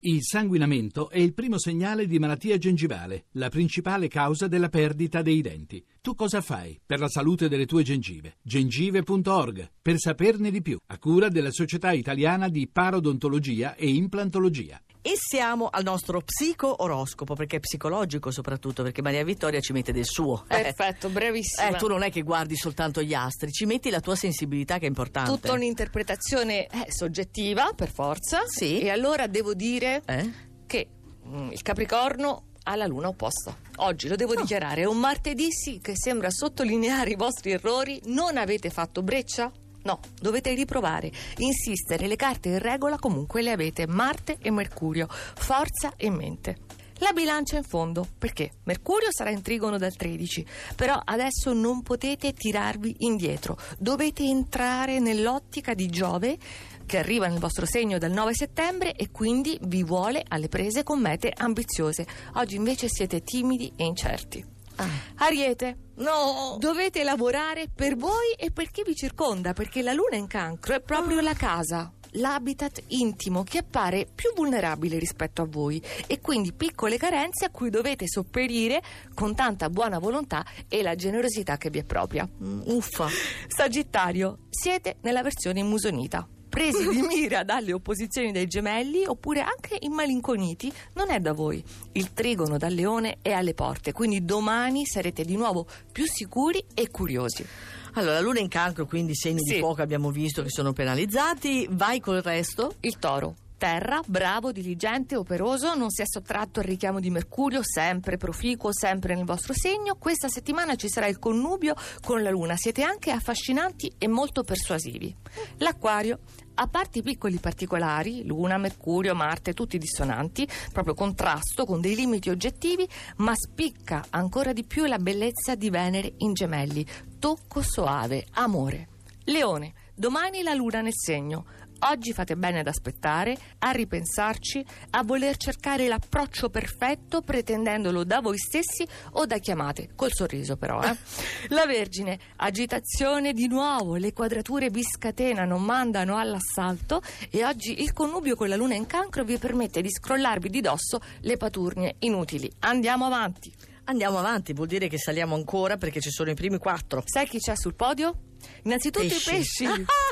Il sanguinamento è il primo segnale di malattia gengivale, la principale causa della perdita dei denti. Tu cosa fai per la salute delle tue gengive? Gengive.org, per saperne di più, a cura della Società Italiana di Parodontologia e Implantologia. E siamo al nostro psico-oroscopo, perché è psicologico soprattutto, perché Maria Vittoria ci mette del suo. Perfetto, brevissima. Tu non è che guardi soltanto gli astri, ci metti la tua sensibilità, che è importante. Tutta un'interpretazione soggettiva, per forza. Sì. E allora devo dire che il Capricorno ha la luna opposta. Oggi lo devo dichiarare, è un martedì che sembra sottolineare i vostri errori. Non avete fatto breccia? No, dovete riprovare, insistere, le carte in regola comunque le avete, Marte e Mercurio, forza e mente. La bilancia in fondo, perché Mercurio sarà in trigono dal 13, però adesso non potete tirarvi indietro, dovete entrare nell'ottica di Giove, che arriva nel vostro segno dal 9 settembre e quindi vi vuole alle prese con mete ambiziose. Oggi invece siete timidi e incerti. Ariete, No! dovete lavorare per voi e per chi vi circonda, perché la luna in Cancro è proprio la casa, l'habitat intimo che appare più vulnerabile rispetto a voi e quindi piccole carenze a cui dovete sopperire con tanta buona volontà e la generosità che vi è propria. Uffa! Sagittario, siete nella versione immusonita. Presi di mira dalle opposizioni dei gemelli oppure anche immalinconiti, non è da voi. Il trigono dal leone è alle porte, quindi domani sarete di nuovo più sicuri e curiosi. Allora, la luna in Cancro, quindi segni di fuoco abbiamo visto che sono penalizzati. Vai col resto. Il Toro. Terra, bravo, diligente, operoso, non si è sottratto al richiamo di Mercurio, sempre proficuo, sempre nel vostro segno. Questa settimana ci sarà il connubio con la Luna, siete anche affascinanti e molto persuasivi. L'Acquario, a parte i piccoli particolari, Luna, Mercurio, Marte, tutti dissonanti, proprio contrasto con dei limiti oggettivi, ma spicca ancora di più la bellezza di Venere in Gemelli, tocco soave, amore. Leone, domani la Luna nel segno. Oggi fate bene ad aspettare, a ripensarci, a voler cercare l'approccio perfetto pretendendolo da voi stessi o da chiamate, col sorriso però. La Vergine, agitazione di nuovo, le quadrature vi scatenano, mandano all'assalto e oggi il connubio con la luna in Cancro vi permette di scrollarvi di dosso le paturnie inutili. Andiamo avanti. Andiamo avanti, vuol dire che saliamo ancora perché ci sono i primi 4. Sai chi c'è sul podio? Innanzitutto Pesci. i pesci,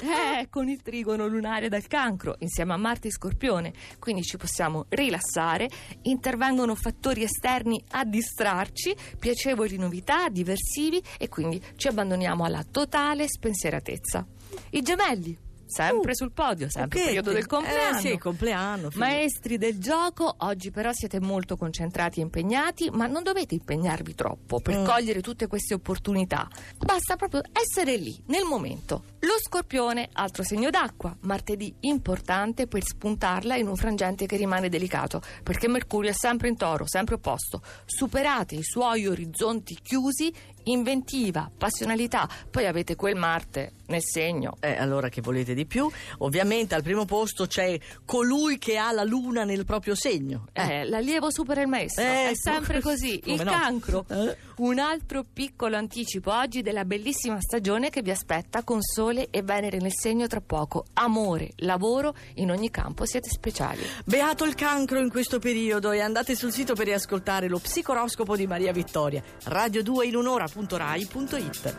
con il trigono lunare dal Cancro insieme a Marte e Scorpione, quindi ci possiamo rilassare, intervengono fattori esterni a distrarci, piacevoli novità, diversivi e quindi ci abbandoniamo alla totale spensieratezza. I Gemelli, sempre sul podio, sempre periodo del compleanno. Sì, compleanno. Maestri del gioco, oggi però siete molto concentrati e impegnati, ma non dovete impegnarvi troppo per cogliere tutte queste opportunità. Basta proprio essere lì, nel momento. Lo Scorpione, altro segno d'acqua, martedì importante per spuntarla in un frangente che rimane delicato, perché Mercurio è sempre in Toro, sempre opposto. Superate i suoi orizzonti chiusi, inventiva, passionalità, poi avete quel Marte nel segno. Allora che volete di più? Ovviamente al primo posto c'è colui che ha la luna nel proprio segno. L'allievo supera il maestro, è sempre così. Il no? Cancro, un altro piccolo anticipo oggi della bellissima stagione che vi aspetta con Sole e Venere nel segno tra poco. Amore, lavoro, in ogni campo siete speciali. Beato il Cancro in questo periodo e andate sul sito per riascoltare lo psicoroscopo di Maria Vittoria. Radio 2 in un'ora.rai.it